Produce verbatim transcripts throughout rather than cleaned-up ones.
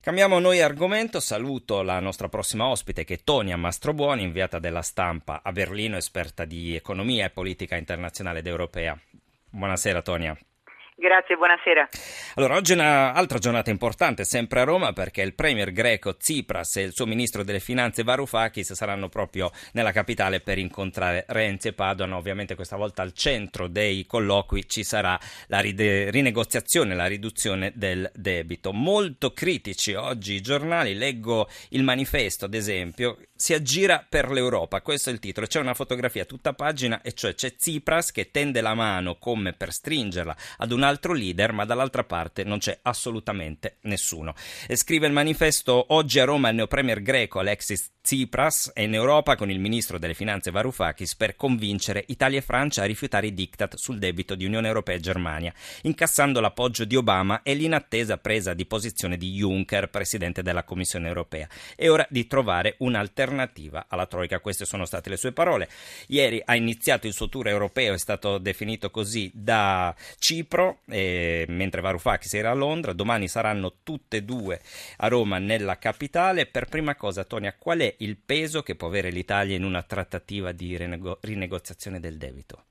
Cambiamo noi argomento, saluto la nostra prossima ospite che è Tonia Mastrobuoni, inviata della Stampa a Berlino, esperta di economia e politica internazionale ed europea. Buonasera Tonia. Grazie, buonasera. Allora, oggi è un'altra giornata importante, sempre a Roma, perché il premier greco Tsipras e il suo ministro delle finanze Varoufakis saranno proprio nella capitale per incontrare Renzi e Padoan. Ovviamente questa volta al centro dei colloqui ci sarà la ride- rinegoziazione, la riduzione del debito. Molto critici oggi i giornali, leggo il Manifesto ad esempio, si aggira per l'Europa, questo è il titolo, c'è una fotografia tutta pagina e cioè c'è Tsipras che tende la mano come per stringerla ad un altro leader, ma dall'altra parte non c'è assolutamente nessuno. E scrive il Manifesto: oggi a Roma il neopremier greco Alexis Tsipras è in Europa con il ministro delle finanze Varoufakis per convincere Italia e Francia a rifiutare i diktat sul debito di Unione Europea e Germania, incassando l'appoggio di Obama e l'inattesa presa di posizione di Juncker, presidente della Commissione Europea. È ora di trovare un'alternativa alla Troika. Queste sono state le sue parole. Ieri ha iniziato il suo tour europeo, è stato definito così da Cipro, eh, mentre Varoufakis era a Londra. Domani saranno tutte e due a Roma, nella capitale. Per prima cosa, Tonia, qual è il peso che può avere l'Italia in una trattativa di rinego- rinegoziazione del debito?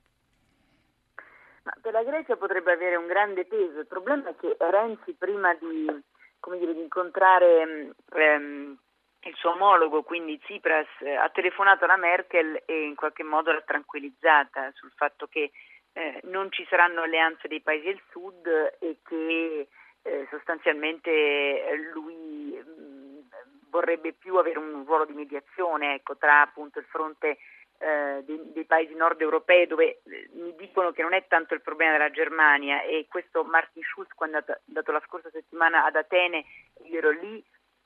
Ma per la Grecia potrebbe avere un grande peso. Il problema è che Renzi, prima di, come dire, di incontrare ehm, il suo omologo, quindi Tsipras, eh, ha telefonato alla Merkel e in qualche modo l'ha tranquillizzata sul fatto che eh, non ci saranno alleanze dei paesi del sud e che eh, sostanzialmente eh, lui mh, vorrebbe più avere un ruolo di mediazione, ecco, tra appunto il fronte eh, dei, dei paesi nord europei, dove eh, mi dicono che non è tanto il problema della Germania, e questo Martin Schulz, quando è andato, andato la scorsa settimana ad Atene, io ero lì,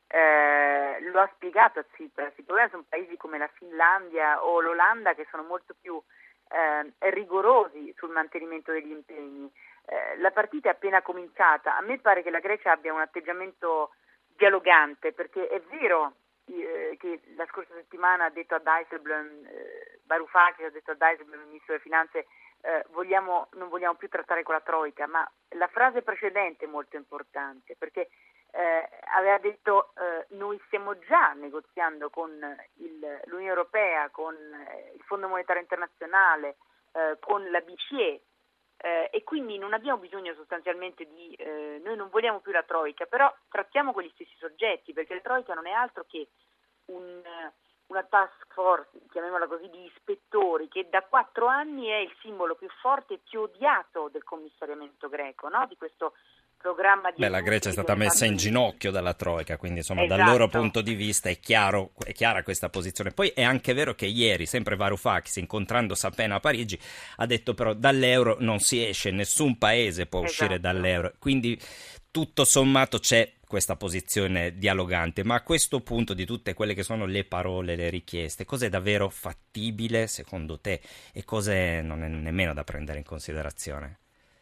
eh, lo ha spiegato a Tsipras. Il problema sono paesi come la Finlandia o l'Olanda che sono molto più eh, rigorosi sul mantenimento degli impegni. Eh, la partita è appena cominciata. A me pare che la Grecia abbia un atteggiamento dialogante, perché è vero eh, che la scorsa settimana ha detto a Dijsselbloem, eh, Varoufakis ha detto a Dijsselbloem, il ministro delle finanze, eh, vogliamo, non vogliamo più trattare con la Troika, ma la frase precedente è molto importante, perché eh, aveva detto eh, noi stiamo già negoziando con il, l'Unione Europea, con eh, il Fondo Monetario Internazionale, eh, con la B C E, Eh, e quindi non abbiamo bisogno sostanzialmente di, eh, noi non vogliamo più la Troika, però trattiamo quegli stessi soggetti, perché la Troika non è altro che un, una task force, chiamiamola così, di ispettori, che da quattro anni è il simbolo più forte e più odiato del commissariamento greco, no? Di questo programma di Beh, la aiuti Grecia è che stata viene messa fatto in in... ginocchio dalla Troika, quindi insomma dal loro Esatto. punto di vista è chiaro, è chiara questa posizione. Poi è anche vero che ieri, sempre Varoufakis, incontrando Sapena a Parigi, ha detto però dall'euro non si esce, nessun paese può uscire Esatto. dall'euro. Quindi tutto sommato c'è questa posizione dialogante, ma a questo punto di tutte quelle che sono le parole, le richieste, cos'è davvero fattibile secondo te e cos'è non è nemmeno da prendere in considerazione?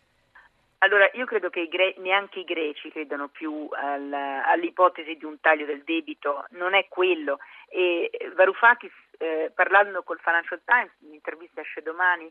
Allora, io credo che i gre- neanche i greci credano più al- all'ipotesi di un taglio del debito, non è quello. E Varoufakis, eh, parlando col Financial Times, in un'intervista esce domani,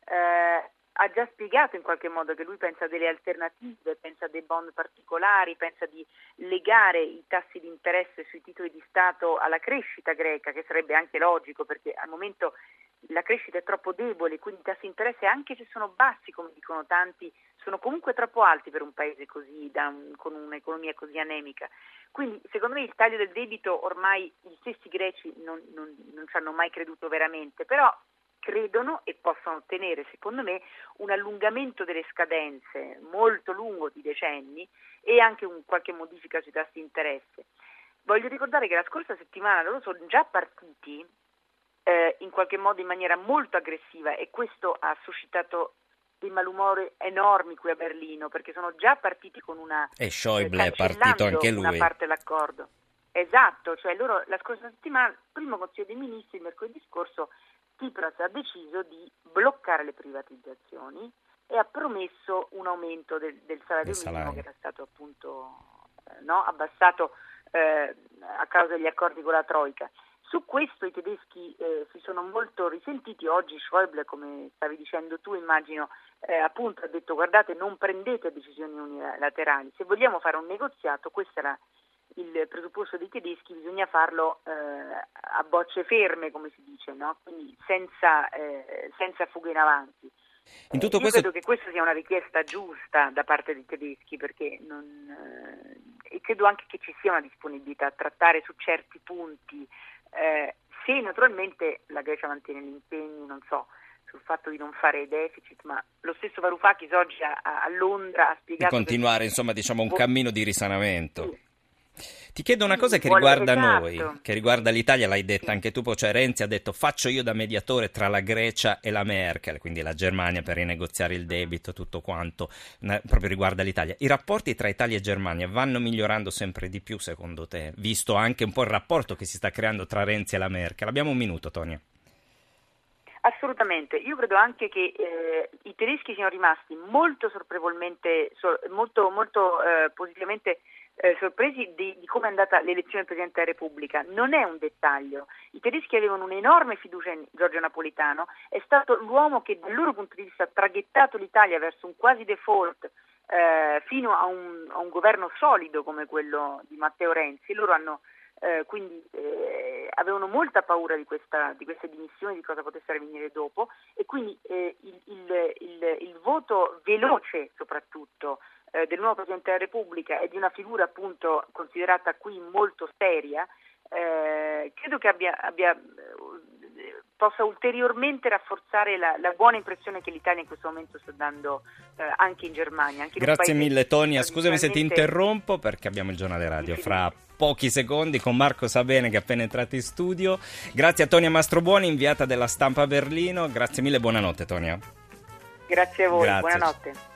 eh, ha già spiegato in qualche modo che lui pensa a delle alternative, pensa a dei bond particolari, pensa di legare i tassi di interesse sui titoli di Stato alla crescita greca, che sarebbe anche logico, perché al momento la crescita è troppo debole, quindi i tassi di interesse, anche se sono bassi, come dicono tanti, sono comunque troppo alti per un paese così, da un, con un'economia così anemica. Quindi secondo me il taglio del debito ormai gli stessi greci non, non, non ci hanno mai creduto veramente, però credono e possono ottenere, secondo me, un allungamento delle scadenze molto lungo, di decenni, e anche un, qualche modifica sui tassi di interesse. Voglio ricordare che la scorsa settimana loro sono già partiti eh, in qualche modo in maniera molto aggressiva, e questo ha suscitato dei malumori enormi qui a Berlino, perché sono già partiti con una E eh, Schäuble è partito cancellando anche una lui. parte dell'accordo. Esatto, cioè loro la scorsa settimana, il primo Consiglio dei Ministri, il mercoledì scorso, Tsipras ha deciso di bloccare le privatizzazioni e ha promesso un aumento del, del Del salario minimo, che salario. era stato appunto eh, no, abbassato eh, a causa degli accordi con la Troika. Su questo i tedeschi eh, si sono molto risentiti. Oggi Schäuble, come stavi dicendo tu, immagino, eh, appunto ha detto: guardate, non prendete decisioni unilaterali, se vogliamo fare un negoziato questa è la, il presupposto dei tedeschi bisogna farlo eh, a bocce ferme, come si dice, no? Quindi senza, eh, senza fughe in avanti. In tutto eh, questo... Io credo che questa sia una richiesta giusta da parte dei tedeschi, perché non, eh, e credo anche che ci sia una disponibilità a trattare su certi punti, eh, se naturalmente la Grecia mantiene gli impegni, non so, sul fatto di non fare deficit, ma lo stesso Varoufakis oggi a, a Londra ha spiegato di continuare, che... insomma, diciamo un cammino di risanamento. Sì. Ti chiedo una cosa che Vuole, riguarda esatto. noi, che riguarda l'Italia, l'hai detta anche tu, cioè Renzi ha detto faccio io da mediatore tra la Grecia e la Merkel, quindi la Germania, per rinegoziare il debito, tutto quanto, proprio riguarda l'Italia. I rapporti tra Italia e Germania vanno migliorando sempre di più secondo te, visto anche un po' il rapporto che si sta creando tra Renzi e la Merkel? Abbiamo un minuto, Tonia. Assolutamente, io credo anche che eh, i tedeschi siano rimasti molto sorprevolmente, so, molto, molto eh, positivamente eh, sorpresi di, di come è andata l'elezione del Presidente della Repubblica. Non è un dettaglio, i tedeschi avevano un'enorme fiducia in Giorgio Napolitano, è stato l'uomo che dal loro punto di vista ha traghettato l'Italia verso un quasi default eh, fino a un, a un governo solido come quello di Matteo Renzi. Loro hanno Eh, quindi eh, avevano molta paura di, questa, di queste dimissioni, di cosa potesse avvenire dopo, e quindi eh, il, il, il, il voto veloce soprattutto eh, del nuovo Presidente della Repubblica e di una figura appunto considerata qui molto seria, eh, credo che abbia, abbia possa ulteriormente rafforzare la, la buona impressione che l'Italia in questo momento sta dando eh, anche in Germania. Anche in Grazie mille Tonia, scusami se ti interrompo perché abbiamo il giornale radio fra pochi secondi con Marco Sabene che è appena entrato in studio. Grazie a Tonia Mastrobuoni, inviata della Stampa a Berlino, grazie mille, buonanotte Tonia. Grazie a voi, Grazie. buonanotte.